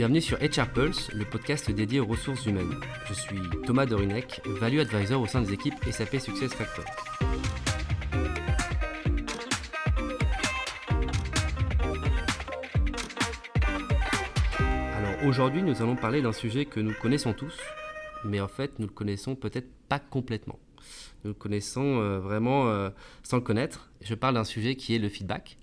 Bienvenue sur HR Pulse, le podcast dédié aux ressources humaines. Je suis Thomas Dorinec, Value Advisor au sein des équipes SAP SuccessFactors. Alors aujourd'hui, nous allons parler d'un sujet que nous connaissons tous, mais en fait, nous le connaissons peut-être pas complètement. Nous le connaissons vraiment sans le connaître. Je parle d'un sujet qui est le feedback.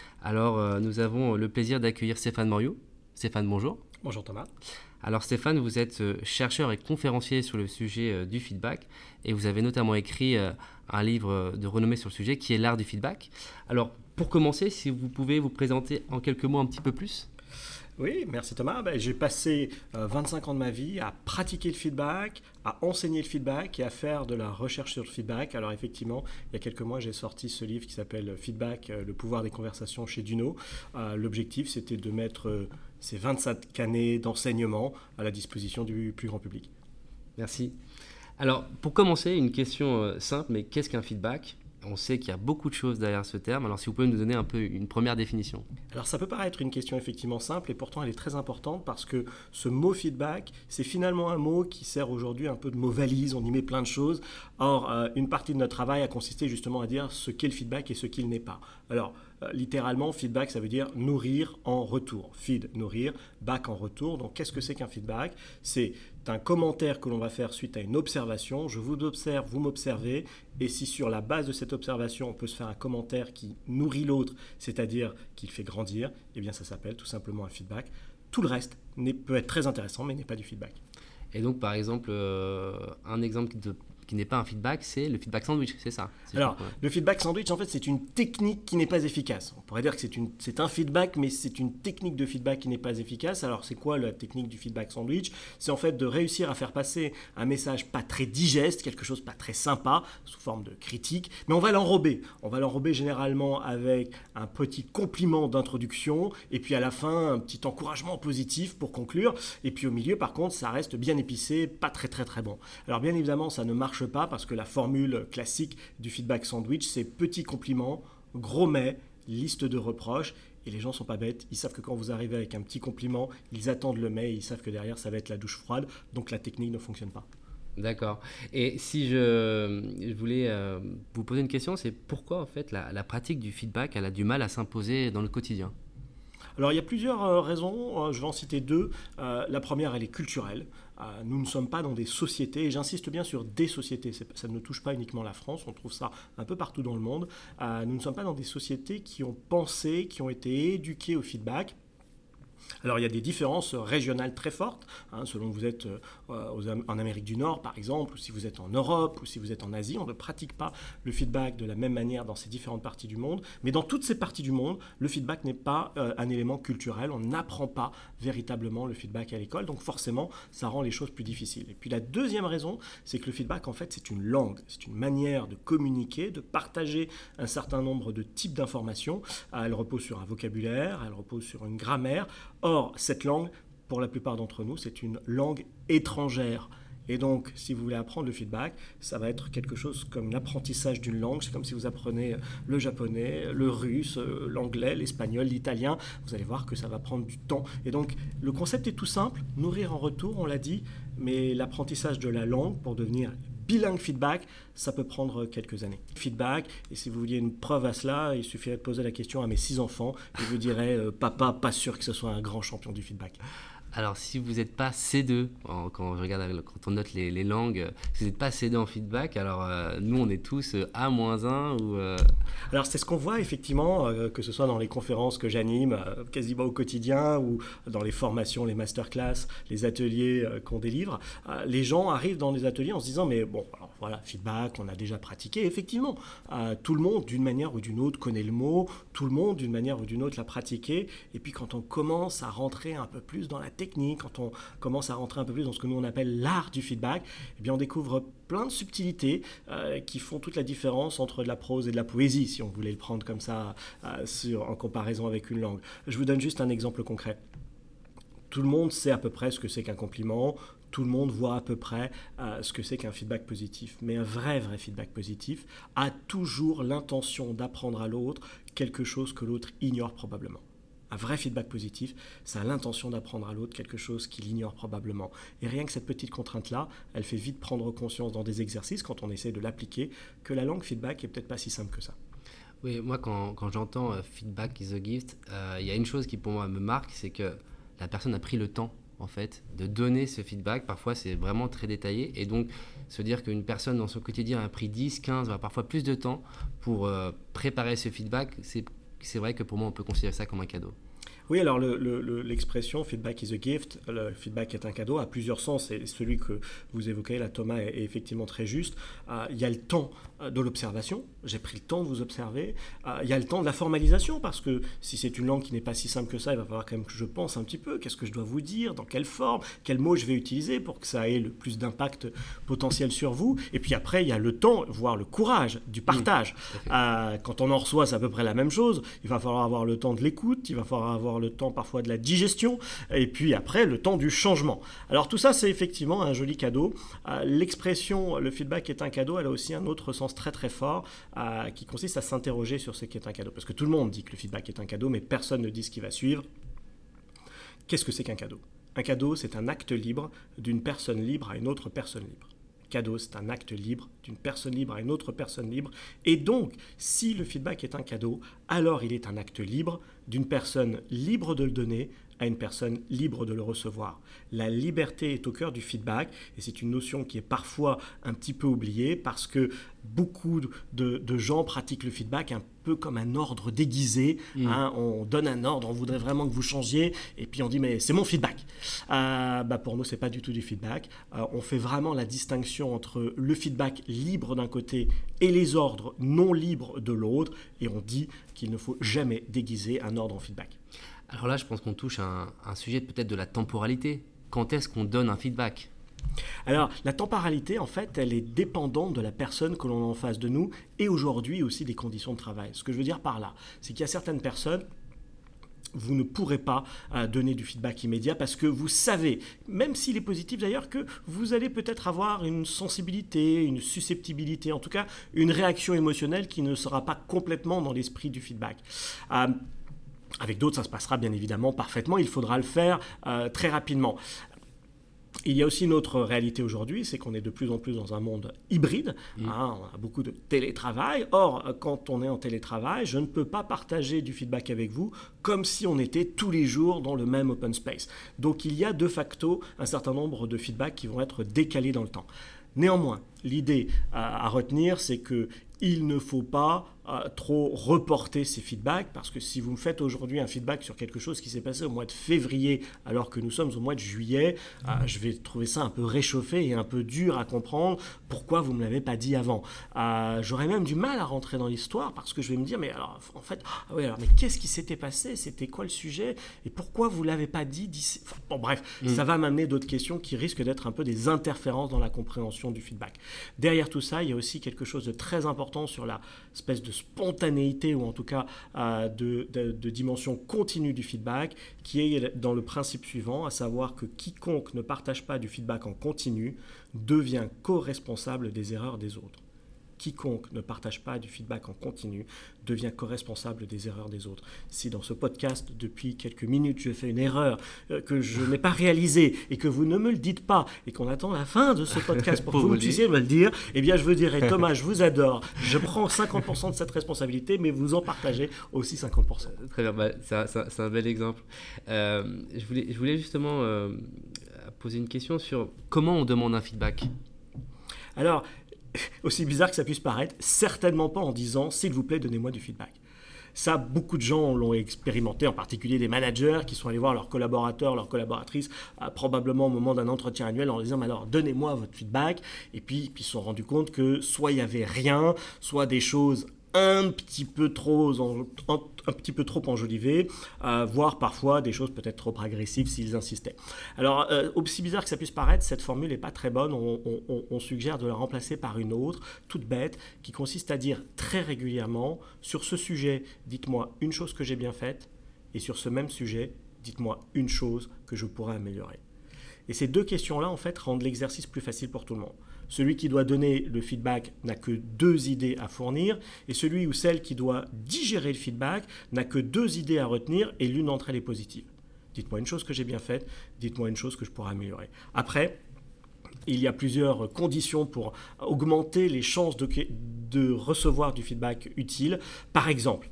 Alors, nous avons le plaisir d'accueillir Stéphane Moriou. Stéphane, bonjour. Bonjour Thomas. Alors Stéphane, vous êtes chercheur et conférencier sur le sujet du feedback et vous avez notamment écrit un livre de renommée sur le sujet qui est l'art du feedback. Alors, pour commencer, si vous pouvez vous présenter en quelques mots un petit peu plus. Oui, merci Thomas. J'ai passé 25 ans de ma vie à pratiquer le feedback, à enseigner le feedback et à faire de la recherche sur le feedback. Alors effectivement, il y a quelques mois, j'ai sorti ce livre qui s'appelle Feedback, le pouvoir des conversations chez Duno. L'objectif, c'était de mettre ces 25 années d'enseignement à la disposition du plus grand public. Merci. Alors, pour commencer, une question simple, mais qu'est-ce qu'un feedback ? On sait qu'il y a beaucoup de choses derrière ce terme. Alors, si vous pouvez nous donner un peu une première définition. Alors, ça peut paraître une question effectivement simple et pourtant elle est très importante parce que ce mot feedback, c'est finalement un mot qui sert aujourd'hui un peu de mot valise. On y met plein de choses. Or, une partie de notre travail a consisté justement à dire ce qu'est le feedback et ce qu'il n'est pas. Alors, littéralement, feedback, ça veut dire nourrir en retour. Feed, nourrir, back en retour. Donc, qu'est-ce que c'est qu'un feedback ? C'est un commentaire que l'on va faire suite à une observation. Je vous observe, vous m'observez. Et si sur la base de cette observation, on peut se faire un commentaire qui nourrit l'autre, c'est-à-dire qu'il fait grandir, eh bien, ça s'appelle tout simplement un feedback. Tout le reste peut être très intéressant, mais n'est pas du feedback. Et donc, par exemple, un exemple qui n'est pas un feedback, c'est le feedback sandwich, c'est ça ? Alors, le feedback sandwich, en fait, c'est une technique qui n'est pas efficace. On pourrait dire que c'est un feedback, mais c'est une technique de feedback qui n'est pas efficace. Alors, c'est quoi la technique du feedback sandwich ? C'est en fait de réussir à faire passer un message pas très digeste, quelque chose pas très sympa, sous forme de critique, mais on va l'enrober. On va l'enrober généralement avec un petit compliment d'introduction, et puis à la fin, un petit encouragement positif pour conclure. Et puis au milieu, par contre, ça reste bien épicé, pas très très très bon. Alors, bien évidemment, ça ne marche pas parce que la formule classique du feedback sandwich, c'est petit compliment, gros mais, liste de reproches. Et les gens sont pas bêtes, ils savent que quand vous arrivez avec un petit compliment, ils attendent le mais, ils savent que derrière ça va être la douche froide, donc la technique ne fonctionne pas. D'accord. Et si je voulais vous poser une question, c'est pourquoi en fait la pratique du feedback, elle a du mal à s'imposer dans le quotidien ? Alors il y a plusieurs raisons, je vais en citer deux. La première, elle est culturelle. Nous ne sommes pas dans des sociétés, et j'insiste bien sur des sociétés, ça ne touche pas uniquement la France, on trouve ça un peu partout dans le monde. Nous ne sommes pas dans des sociétés qui ont pensé, qui ont été éduquées au feedback. Alors il y a des différences régionales très fortes, selon que vous êtes en Amérique du Nord par exemple, ou si vous êtes en Europe, ou si vous êtes en Asie, on ne pratique pas le feedback de la même manière dans ces différentes parties du monde, mais dans toutes ces parties du monde, le feedback n'est pas un élément culturel, on n'apprend pas véritablement le feedback à l'école, donc forcément ça rend les choses plus difficiles. Et puis la deuxième raison, c'est que le feedback en fait c'est une langue, c'est une manière de communiquer, de partager un certain nombre de types d'informations, elle repose sur un vocabulaire, elle repose sur une grammaire. Or, cette langue, pour la plupart d'entre nous, c'est une langue étrangère. Et donc, si vous voulez apprendre le feedback, ça va être quelque chose comme l'apprentissage d'une langue. C'est comme si vous apprenez le japonais, le russe, l'anglais, l'espagnol, l'italien. Vous allez voir que ça va prendre du temps. Et donc, le concept est tout simple. Nourrir en retour, on l'a dit. Mais l'apprentissage de la langue pour devenir bilingue feedback, ça peut prendre quelques années. Feedback, et si vous vouliez une preuve à cela, il suffirait de poser la question à mes 6 enfants. Ils vous diraient, papa, pas sûr que ce soit un grand champion du feedback. Alors, si vous n'êtes pas C2, quand on note les langues, si vous n'êtes pas C2 en feedback, alors nous, on est tous A-1 ou... Alors, c'est ce qu'on voit effectivement, que ce soit dans les conférences que j'anime quasiment au quotidien ou dans les formations, les masterclass, les ateliers qu'on délivre. Les gens arrivent dans les ateliers en se disant, mais bon, alors voilà, feedback, on a déjà pratiqué. Effectivement, tout le monde, d'une manière ou d'une autre, connaît le mot. Tout le monde, d'une manière ou d'une autre, l'a pratiqué. Et puis, quand on commence à rentrer un peu plus dans la technique, quand on commence à rentrer un peu plus dans ce que nous on appelle l'art du feedback, eh bien on découvre plein de subtilités qui font toute la différence entre de la prose et de la poésie, si on voulait le prendre comme ça en comparaison avec une langue. Je vous donne juste un exemple concret. Tout le monde sait à peu près ce que c'est qu'un compliment, tout le monde voit à peu près ce que c'est qu'un feedback positif. Mais un vrai feedback positif a toujours l'intention d'apprendre à l'autre quelque chose que l'autre ignore probablement. Un vrai feedback positif, ça a l'intention d'apprendre à l'autre quelque chose qu'il ignore probablement. Et rien que cette petite contrainte-là, elle fait vite prendre conscience dans des exercices, quand on essaie de l'appliquer, que la langue feedback est peut-être pas si simple que ça. Oui, moi quand j'entends feedback is a gift, il y a une chose qui pour moi me marque, c'est que la personne a pris le temps en fait de donner ce feedback. Parfois c'est vraiment très détaillé et donc se dire qu'une personne dans son quotidien a pris 10, 15, voire parfois plus de temps pour préparer ce feedback, c'est vrai que pour moi on peut considérer ça comme un cadeau. Oui, alors l'expression feedback is a gift, le feedback est un cadeau, a plusieurs sens, et celui que vous évoquez là, Thomas, est effectivement très juste. Il y a le temps de l'observation, j'ai pris le temps de vous observer. Il y a le temps de la formalisation, parce que si c'est une langue qui n'est pas si simple que ça, il va falloir quand même que je pense un petit peu, qu'est-ce que je dois vous dire, dans quelle forme, quels mots je vais utiliser pour que ça ait le plus d'impact potentiel sur vous. Et puis après, il y a le temps, voire le courage du partage. Quand on en reçoit, c'est à peu près la même chose. Il va falloir avoir le temps de l'écoute, il va falloir avoir le temps parfois de la digestion, et puis après le temps du changement. Alors tout ça, c'est effectivement un joli cadeau. L'expression le feedback est un cadeau, elle a aussi un autre sens très très fort qui consiste à s'interroger sur ce qui est un cadeau, parce que tout le monde dit que le feedback est un cadeau, mais personne ne dit ce qui va suivre. Qu'est-ce que c'est qu'un cadeau ? Un cadeau, c'est un acte libre d'une personne libre à une autre personne libre. Cadeau, c'est un acte libre d'une personne libre à une autre personne libre. Et donc, si le feedback est un cadeau, alors il est un acte libre d'une personne libre de le donner à une personne libre de le recevoir. La liberté est au cœur du feedback, et c'est une notion qui est parfois un petit peu oubliée, parce que beaucoup de gens pratiquent le feedback un peu comme un ordre déguisé. On donne un ordre, on voudrait vraiment que vous changiez, et puis on dit mais c'est mon feedback. Pour nous, c'est pas du tout du feedback. On fait vraiment la distinction entre le feedback libre d'un côté et les ordres non libres de l'autre, et on dit qu'il ne faut jamais déguiser un ordre en feedback. Alors là, je pense qu'on touche à un sujet peut-être de la temporalité. Quand est-ce qu'on donne un feedback ? Alors, la temporalité, en fait, elle est dépendante de la personne que l'on a en face de nous, et aujourd'hui aussi des conditions de travail. Ce que je veux dire par là, c'est qu'il y a certaines personnes, vous ne pourrez pas donner du feedback immédiat, parce que vous savez, même s'il est positif d'ailleurs, que vous allez peut-être avoir une sensibilité, une susceptibilité, en tout cas une réaction émotionnelle qui ne sera pas complètement dans l'esprit du feedback. Avec d'autres, ça se passera bien évidemment parfaitement, il faudra le faire très rapidement. Il y a aussi une autre réalité aujourd'hui, c'est qu'on est de plus en plus dans un monde hybride. On a beaucoup de télétravail. Or, quand on est en télétravail, je ne peux pas partager du feedback avec vous comme si on était tous les jours dans le même open space. Donc, il y a de facto un certain nombre de feedbacks qui vont être décalés dans le temps. Néanmoins, l'idée à retenir, c'est qu'il ne faut pas trop reporter ces feedbacks, parce que si vous me faites aujourd'hui un feedback sur quelque chose qui s'est passé au mois de février alors que nous sommes au mois de juillet, je vais trouver ça un peu réchauffé et un peu dur à comprendre pourquoi vous ne me l'avez pas dit avant. J'aurais même du mal à rentrer dans l'histoire, parce que je vais me dire mais alors en fait mais qu'est-ce qui s'était passé, c'était quoi le sujet et pourquoi vous ne l'avez pas dit d'ici... Ça va m'amener d'autres questions qui risquent d'être un peu des interférences dans la compréhension du feedback. Derrière tout ça, il y a aussi quelque chose de très important sur la espèce de spontanéité, ou en tout cas de dimension continue du feedback, qui est dans le principe suivant, à savoir que quiconque ne partage pas du feedback en continu devient co-responsable des erreurs des autres. Quiconque ne partage pas du feedback en continu devient co-responsable des erreurs des autres. Si dans ce podcast, depuis quelques minutes, je fais une erreur que je n'ai pas réalisée et que vous ne me le dites pas et qu'on attend la fin de ce podcast pour que vous puissiez me le dire, eh bien je vous dirai Thomas, je vous adore, je prends 50% de cette responsabilité, mais vous en partagez aussi 50%. Très bien, c'est un bel exemple. Je voulais justement poser une question sur comment on demande un feedback. Alors, aussi bizarre que ça puisse paraître, certainement pas en disant « s'il vous plaît, donnez-moi du feedback ». Ça, beaucoup de gens l'ont expérimenté, en particulier des managers qui sont allés voir leurs collaborateurs, leurs collaboratrices, probablement au moment d'un entretien annuel, en leur disant « mais alors, donnez-moi votre feedback ». Et puis, ils se sont rendus compte que soit il n'y avait rien, soit des choses un petit peu trop enjolivées, voire parfois des choses peut-être trop agressives s'ils insistaient. Alors, aussi bizarre que ça puisse paraître, cette formule n'est pas très bonne. On suggère de la remplacer par une autre, toute bête, qui consiste à dire très régulièrement, sur ce sujet, dites-moi une chose que j'ai bien faite, et sur ce même sujet, dites-moi une chose que je pourrais améliorer. Et ces deux questions-là, en fait, rendent l'exercice plus facile pour tout le monde. Celui qui doit donner le feedback n'a que 2 idées à fournir, et celui ou celle qui doit digérer le feedback n'a que 2 idées à retenir, et l'une d'entre elles est positive. Dites-moi une chose que j'ai bien faite, dites-moi une chose que je pourrais améliorer. Après, il y a plusieurs conditions pour augmenter les chances de recevoir du feedback utile. Par exemple,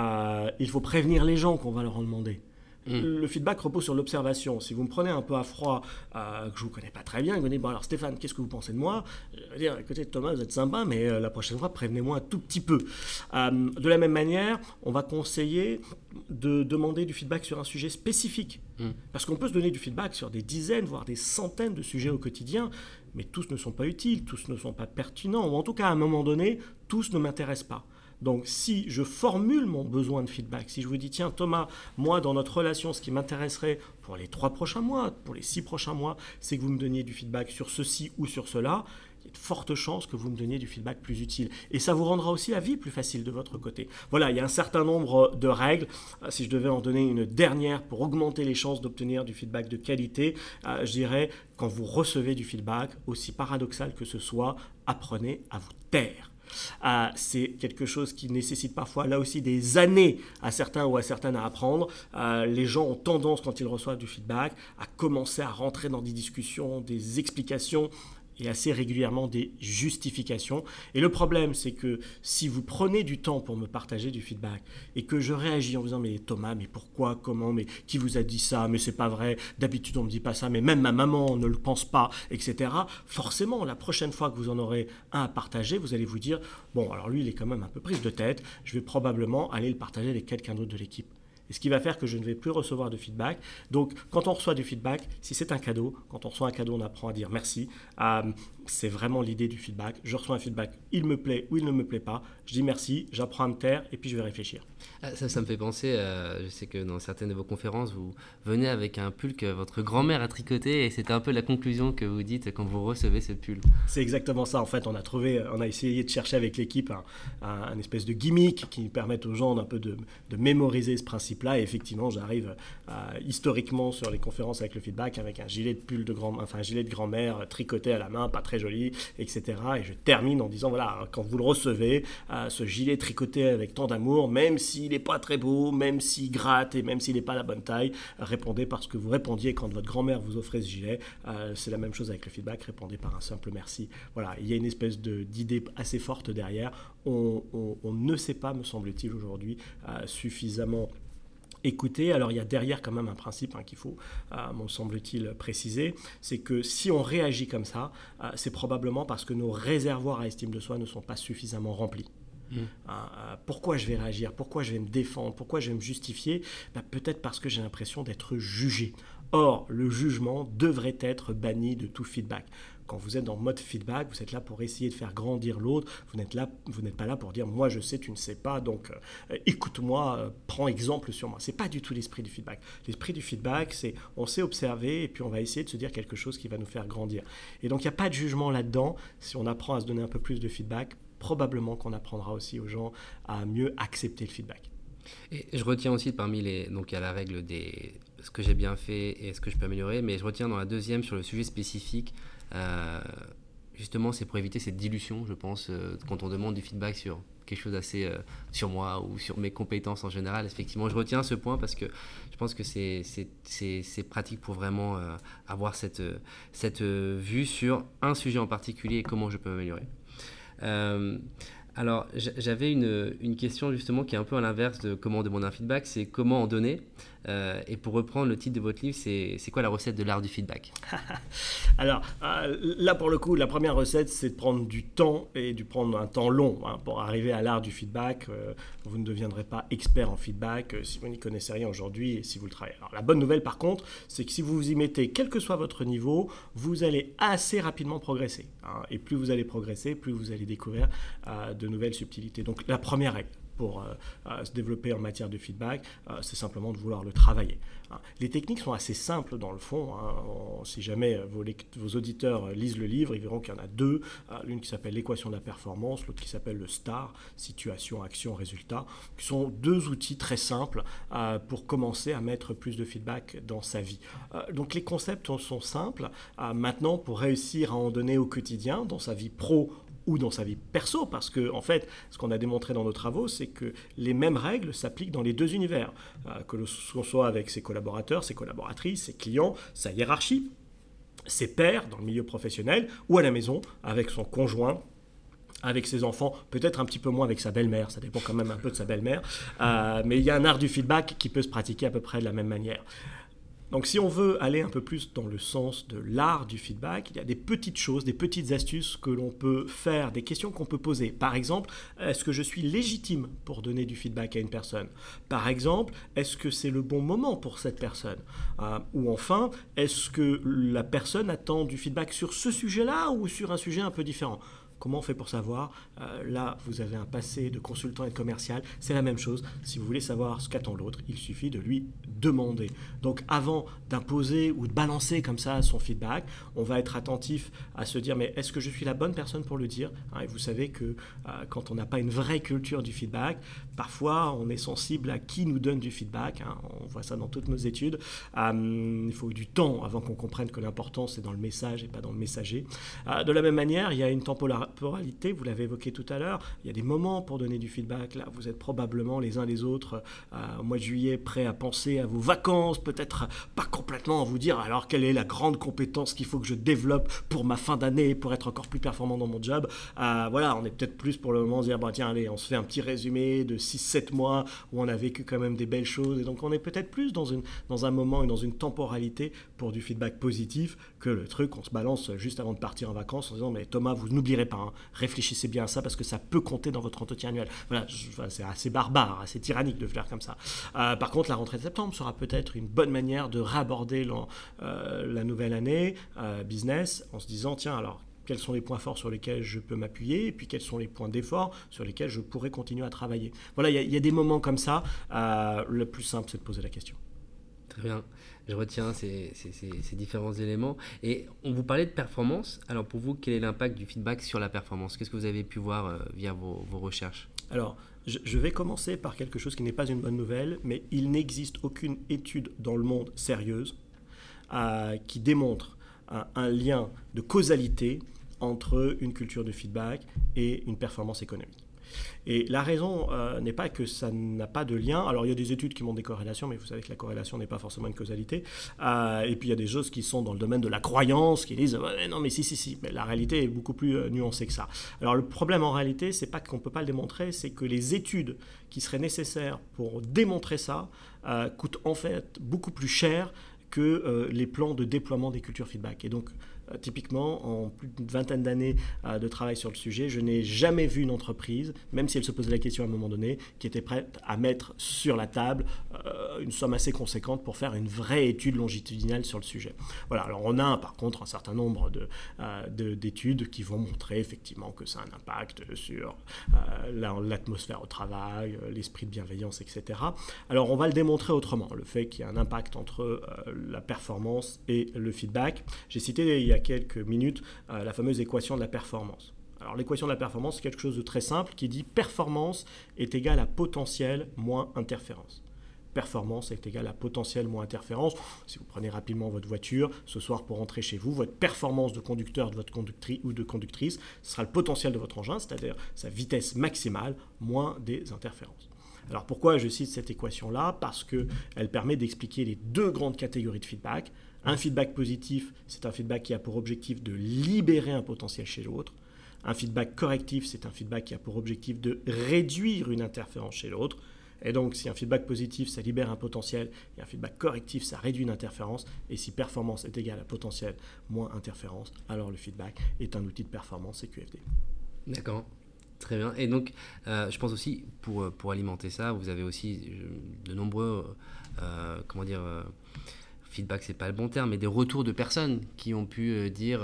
il faut prévenir les gens qu'on va leur en demander. Le feedback repose sur l'observation. Si vous me prenez un peu à froid, que je ne vous connais pas très bien, et que vous me dites, bon alors Stéphane, qu'est-ce que vous pensez de moi? Je vais dire, écoutez Thomas, vous êtes sympa, mais la prochaine fois, prévenez-moi un tout petit peu. De la même manière, on va conseiller de demander du feedback sur un sujet spécifique. Parce qu'on peut se donner du feedback sur des dizaines, voire des centaines de sujets au quotidien, mais tous ne sont pas utiles, tous ne sont pas pertinents, ou en tout cas, à un moment donné, tous ne m'intéressent pas. Donc, si je formule mon besoin de feedback, si je vous dis, tiens Thomas, moi dans notre relation, ce qui m'intéresserait pour les 3 prochains mois, pour les 6 prochains mois, c'est que vous me donniez du feedback sur ceci ou sur cela, il y a de fortes chances que vous me donniez du feedback plus utile. Et ça vous rendra aussi la vie plus facile de votre côté. Voilà, il y a un certain nombre de règles. Si je devais en donner une dernière pour augmenter les chances d'obtenir du feedback de qualité, je dirais, quand vous recevez du feedback, aussi paradoxal que ce soit, apprenez à vous taire. C'est quelque chose qui nécessite parfois là aussi des années à certains ou à certaines à apprendre. Les gens ont tendance, quand ils reçoivent du feedback, à commencer à rentrer dans des discussions, des explications et assez régulièrement des justifications. Et le problème, c'est que si vous prenez du temps pour me partager du feedback et que je réagis en vous disant « mais Thomas, mais pourquoi, comment, mais qui vous a dit ça, mais c'est pas vrai, d'habitude on me dit pas ça, mais même ma maman ne le pense pas, etc. » Forcément, la prochaine fois que vous en aurez un à partager, vous allez vous dire « bon, alors lui, il est quand même un peu prise de tête, je vais probablement aller le partager avec quelqu'un d'autre de l'équipe. » Et ce qui va faire que je ne vais plus recevoir de feedback. Donc, quand on reçoit du feedback, si c'est un cadeau, quand on reçoit un cadeau, on apprend à dire merci. C'est vraiment l'idée du feedback. Je reçois un feedback, il me plaît ou il ne me plaît pas. Je dis merci, j'apprends à me taire et puis je vais réfléchir. Ça me fait penser, je sais que dans certaines de vos conférences, vous venez avec un pull que votre grand-mère a tricoté et c'était un peu la conclusion que vous dites quand vous recevez ce pull. C'est exactement ça. En fait, on a essayé de chercher avec l'équipe un espèce de gimmick qui permette aux gens d'un peu de mémoriser ce principe-là. Et effectivement, j'arrive historiquement sur les conférences avec le feedback avec un gilet de grand-mère tricoté à la main, pas très joli, etc. Et je termine en disant, voilà, quand vous le recevez, ce gilet tricoté avec tant d'amour, même s'il n'est pas très beau, même s'il gratte et même s'il n'est pas à la bonne taille, répondez par ce que vous répondiez quand votre grand-mère vous offrait ce gilet. C'est la même chose avec le feedback, répondez par un simple merci. Voilà, il y a une espèce d'idée assez forte derrière. On ne sait pas, me semble-t-il aujourd'hui, suffisamment écouter. Alors il y a derrière quand même un principe qu'il faut, me semble-t-il, préciser, c'est que si on réagit comme ça, c'est probablement parce que nos réservoirs à estime de soi ne sont pas suffisamment remplis. Pourquoi je vais réagir? Pourquoi je vais me défendre? Pourquoi je vais me justifier? Peut-être parce que j'ai l'impression d'être jugé. Or, le jugement devrait être banni de tout feedback. Quand vous êtes en mode feedback, vous êtes là pour essayer de faire grandir l'autre. Vous n'êtes pas là pour dire « moi je sais, tu ne sais pas, donc écoute-moi, prends exemple sur moi ». Ce n'est pas du tout l'esprit du feedback. L'esprit du feedback, c'est on sait observer et puis on va essayer de se dire quelque chose qui va nous faire grandir. Et donc il n'y a pas de jugement là-dedans. Si on apprend à se donner un peu plus de feedback, probablement qu'on apprendra aussi aux gens à mieux accepter le feedback. Et je retiens aussi donc il y a la règle des ce que j'ai bien fait et ce que je peux améliorer, mais je retiens dans la deuxième sur le sujet spécifique, justement c'est pour éviter cette dilution, je pense, quand on demande du feedback sur quelque chose assez sur moi ou sur mes compétences en général. Effectivement, je retiens ce point parce que je pense que c'est pratique pour vraiment avoir cette vue sur un sujet en particulier et comment je peux m'améliorer. Alors, j'avais une question justement qui est un peu à l'inverse de comment demander un feedback, c'est comment en donner. Et pour reprendre le titre de votre livre, c'est quoi la recette de l'art du feedback? Alors, là pour le coup, la première recette, c'est de prendre du temps et de prendre un temps long pour arriver à l'art du feedback. Vous ne deviendrez pas expert en feedback si vous n'y connaissez rien aujourd'hui et si vous le travaillez. Alors, la bonne nouvelle par contre, c'est que si vous vous y mettez, quel que soit votre niveau, vous allez assez rapidement progresser. Et plus vous allez progresser, plus vous allez découvrir de nouvelles subtilités. Donc, la première règle, pour se développer en matière de feedback, c'est simplement de vouloir le travailler. Les techniques sont assez simples dans le fond. Si jamais vos auditeurs lisent le livre, ils verront qu'il y en a deux. L'une qui s'appelle l'équation de la performance, l'autre qui s'appelle le STAR, situation, action, résultat, qui sont deux outils très simples pour commencer à mettre plus de feedback dans sa vie. Donc les concepts sont simples. Maintenant, pour réussir à en donner au quotidien, dans sa vie pro ou dans sa vie perso, parce que en fait, ce qu'on a démontré dans nos travaux, c'est que les mêmes règles s'appliquent dans les deux univers, que l'on soit avec ses collaborateurs, ses collaboratrices, ses clients, sa hiérarchie, ses pairs dans le milieu professionnel, ou à la maison avec son conjoint, avec ses enfants, peut-être un petit peu moins avec sa belle-mère, ça dépend quand même un peu de sa belle-mère, mais il y a un art du feedback qui peut se pratiquer à peu près de la même manière. Donc si on veut aller un peu plus dans le sens de l'art du feedback, il y a des petites choses, des petites astuces que l'on peut faire, des questions qu'on peut poser. Par exemple, est-ce que je suis légitime pour donner du feedback à une personne ? Par exemple, est-ce que c'est le bon moment pour cette personne ? Ou enfin, est-ce que la personne attend du feedback sur ce sujet-là ou sur un sujet un peu différent ? Comment on fait pour savoir ? Là, vous avez un passé de consultant et de commercial. C'est la même chose. Si vous voulez savoir ce qu'attend l'autre, il suffit de lui demander. Donc, avant d'imposer ou de balancer comme ça son feedback, on va être attentif à se dire, mais est-ce que je suis la bonne personne pour le dire ? Et vous savez que quand on n'a pas une vraie culture du feedback, parfois, on est sensible à qui nous donne du feedback. On voit ça dans toutes nos études. Il faut du temps avant qu'on comprenne que l'important, c'est dans le message et pas dans le messager. De la même manière, il y a une temporalité, vous l'avez évoqué tout à l'heure, il y a des moments pour donner du feedback. Là, vous êtes probablement les uns les autres au mois de juillet prêts à penser à vos vacances, peut-être pas complètement à vous dire alors quelle est la grande compétence qu'il faut que je développe pour ma fin d'année, pour être encore plus performant dans mon job. Voilà, on est peut-être plus pour le moment dire, tiens, allez, on se fait un petit résumé de 6-7 mois où on a vécu quand même des belles choses, et donc on est peut-être plus dans un moment et dans une temporalité pour du feedback positif que le truc, on se balance juste avant de partir en vacances en disant, mais Thomas, vous n'oublierez pas, réfléchissez bien à ça parce que ça peut compter dans votre entretien annuel. Voilà, c'est assez barbare, assez tyrannique de faire comme ça. Par contre, la rentrée de septembre sera peut-être une bonne manière de réaborder la nouvelle année business en se disant, tiens, alors, quels sont les points forts sur lesquels je peux m'appuyer, et puis quels sont les points d'effort sur lesquels je pourrais continuer à travailler. Voilà, il y a des moments comme ça. Le plus simple, c'est de poser la question. Très bien, je retiens ces différents éléments. Et on vous parlait de performance. Alors pour vous, quel est l'impact du feedback sur la performance ? Qu'est-ce que vous avez pu voir via vos recherches ? Alors, je vais commencer par quelque chose qui n'est pas une bonne nouvelle, mais il n'existe aucune étude dans le monde sérieuse qui démontre un lien de causalité entre une culture de feedback et une performance économique. Et la raison n'est pas que ça n'a pas de lien. Alors il y a des études qui montrent des corrélations, mais vous savez que la corrélation n'est pas forcément une causalité. Et puis il y a des choses qui sont dans le domaine de la croyance, qui disent non mais si. Mais la réalité est beaucoup plus nuancée que ça. Alors le problème en réalité, c'est pas qu'on ne peut pas le démontrer, c'est que les études qui seraient nécessaires pour démontrer ça coûtent en fait beaucoup plus cher que les plans de déploiement des cultures feedback. Et donc, typiquement, en plus d'une vingtaine d'années de travail sur le sujet, je n'ai jamais vu une entreprise, même si elle se posait la question à un moment donné, qui était prête à mettre sur la table une somme assez conséquente pour faire une vraie étude longitudinale sur le sujet. Voilà, alors on a par contre un certain nombre d'études qui vont montrer effectivement que ça a un impact sur l'atmosphère au travail, l'esprit de bienveillance, etc. Alors on va le démontrer autrement, le fait qu'il y a un impact entre la performance et le feedback. J'ai cité il y a quelques minutes la fameuse équation de la performance. Alors l'équation de la performance, c'est quelque chose de très simple qui dit performance est égale à potentiel moins interférence. Performance est égale à potentiel moins interférence. Si vous prenez rapidement votre voiture ce soir pour rentrer chez vous, votre performance de conducteur, de votre conductrice ou de conductrice, ce sera le potentiel de votre engin, c'est-à-dire sa vitesse maximale moins des interférences. Alors pourquoi je cite cette équation-là ? Parce qu'elle permet d'expliquer les deux grandes catégories de feedback. Un feedback positif, c'est un feedback qui a pour objectif de libérer un potentiel chez l'autre. Un feedback correctif, c'est un feedback qui a pour objectif de réduire une interférence chez l'autre. Et donc, si un feedback positif, ça libère un potentiel, et un feedback correctif, ça réduit une interférence, et si performance est égale à potentiel moins interférence, alors le feedback est un outil de performance CQFD. D'accord. Très bien. Et donc, je pense aussi, pour alimenter ça, vous avez aussi de nombreux feedback, c'est pas le bon terme, mais des retours de personnes qui ont pu dire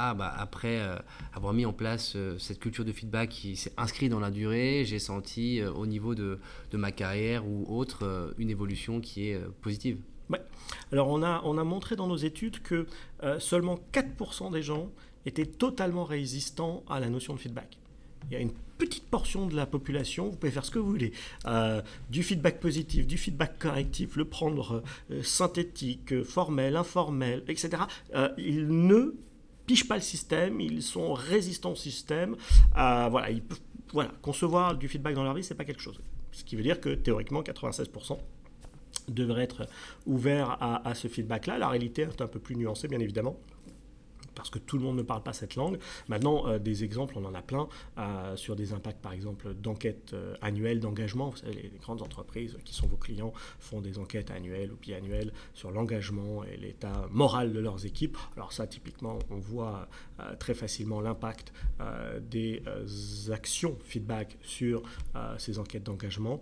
après avoir mis en place cette culture de feedback qui s'est inscrite dans la durée, j'ai senti au niveau de ma carrière ou autre une évolution qui est positive. Ouais. Alors on a montré dans nos études que seulement 4% des gens étaient totalement résistants à la notion de feedback. Il y a une petite portion de la population, vous pouvez faire ce que vous voulez, du feedback positif, du feedback correctif, le prendre synthétique, formel, informel, etc. Ils ne pigent pas le système, ils sont résistants au système. Ils peuvent, concevoir du feedback dans leur vie, c'est pas quelque chose. Ce qui veut dire que théoriquement, 96% devraient être ouverts à ce feedback-là. La réalité est un peu plus nuancée, bien évidemment, parce que tout le monde ne parle pas cette langue. Maintenant, des exemples, on en a plein, sur des impacts, par exemple, d'enquêtes annuelles d'engagement. Vous savez, les grandes entreprises qui sont vos clients font des enquêtes annuelles ou biannuelles sur l'engagement et l'état moral de leurs équipes. Alors ça, typiquement, on voit très facilement l'impact des actions feedback sur ces enquêtes d'engagement.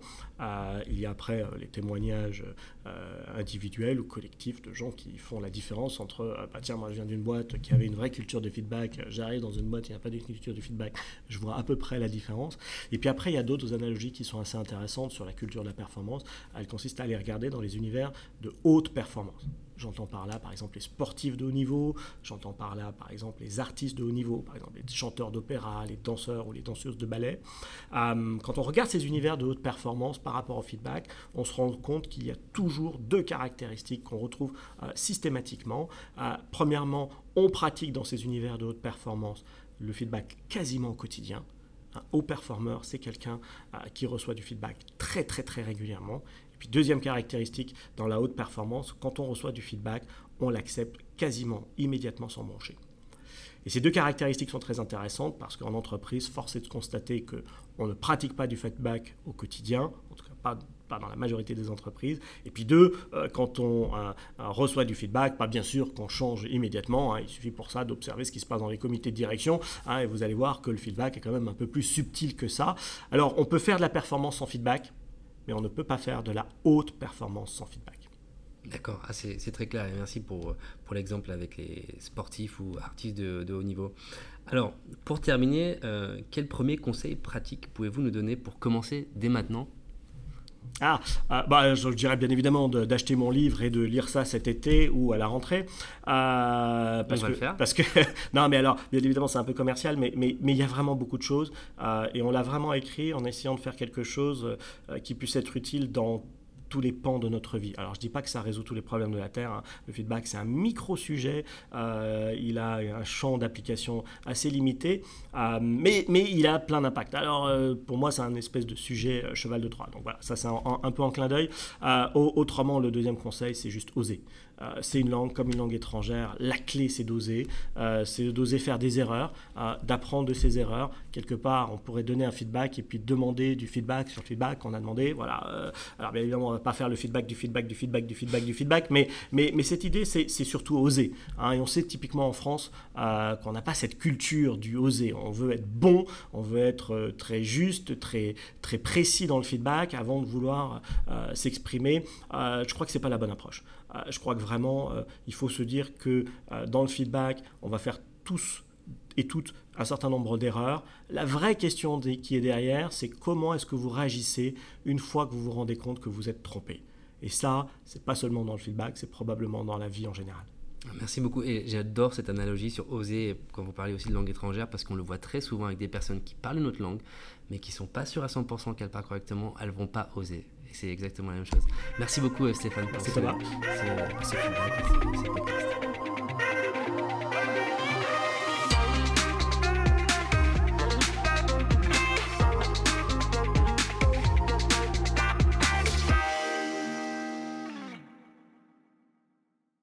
Il y a après les témoignages individuels ou collectifs de gens qui font la différence entre tiens, moi je viens d'une boîte qui avait une vraie culture de feedback, j'arrive dans une boîte il n'y a pas de culture de feedback, je vois à peu près la différence. Et puis après il y a d'autres analogies qui sont assez intéressantes sur la culture de la performance. Elles consistent à aller regarder dans les univers de haute performance. J'entends par là, par exemple, les sportifs de haut niveau. J'entends par là, par exemple, les artistes de haut niveau, par exemple, les chanteurs d'opéra, les danseurs ou les danseuses de ballet. Quand on regarde ces univers de haute performance par rapport au feedback, on se rend compte qu'il y a toujours deux caractéristiques qu'on retrouve systématiquement. Premièrement, on pratique dans ces univers de haute performance le feedback quasiment au quotidien. Un haut performeur, c'est quelqu'un qui reçoit du feedback très, très, très régulièrement. Puis deuxième caractéristique, dans la haute performance, quand on reçoit du feedback, on l'accepte quasiment immédiatement sans broncher. Et ces deux caractéristiques sont très intéressantes parce qu'en entreprise, force est de constater qu'on ne pratique pas du feedback au quotidien, en tout cas pas dans la majorité des entreprises. Et puis deux, quand on reçoit du feedback, pas bien sûr qu'on change immédiatement, il suffit pour ça d'observer ce qui se passe dans les comités de direction, et vous allez voir que le feedback est quand même un peu plus subtil que ça. Alors on peut faire de la performance sans feedback, mais on ne peut pas faire de la haute performance sans feedback. D'accord, c'est très clair et merci pour l'exemple avec les sportifs ou artistes de haut niveau. Alors, pour terminer, quel premier conseil pratique pouvez-vous nous donner pour commencer dès maintenant ? Je dirais bien évidemment d'acheter mon livre et de lire ça cet été ou à la rentrée. On va le faire. Parce que non, mais alors, bien évidemment, c'est un peu commercial, mais il y a vraiment beaucoup de choses. Et on l'a vraiment écrit en essayant de faire quelque chose qui puisse être utile dans tous les pans de notre vie. Alors, je ne dis pas que ça résout tous les problèmes de la Terre. Le feedback, c'est un micro-sujet. Il a un champ d'application assez limité, mais il a plein d'impact. Alors, pour moi, c'est un espèce de sujet cheval de Troie. Donc voilà, ça, c'est un peu en clin d'œil. Autrement, le deuxième conseil, c'est juste oser. C'est une langue comme une langue étrangère. La clé, c'est d'oser. C'est d'oser faire des erreurs, d'apprendre de ses erreurs. Quelque part, on pourrait donner un feedback et puis demander du feedback sur le feedback qu'on a demandé. Voilà. Alors, bien évidemment, on ne va pas faire le feedback du feedback, mais cette idée, c'est surtout oser. Et on sait typiquement en France qu'on n'a pas cette culture du oser. On veut être bon, on veut être très juste, très, très précis dans le feedback avant de vouloir s'exprimer. Je crois que ce n'est pas la bonne approche. Je crois que vraiment, il faut se dire que dans le feedback, on va faire tous et toutes un certain nombre d'erreurs. La vraie question qui est derrière, c'est comment est-ce que vous réagissez une fois que vous vous rendez compte que vous êtes trompé. Et ça, c'est pas seulement dans le feedback, c'est probablement dans la vie en général. Merci beaucoup et j'adore cette analogie sur oser quand vous parlez aussi de langue étrangère parce qu'on le voit très souvent avec des personnes qui parlent notre langue mais qui ne sont pas sûres à 100% qu'elles parlent correctement, elles ne vont pas oser. Et c'est exactement la même chose. Merci beaucoup Stéphane pour ce feedback et ce podcast.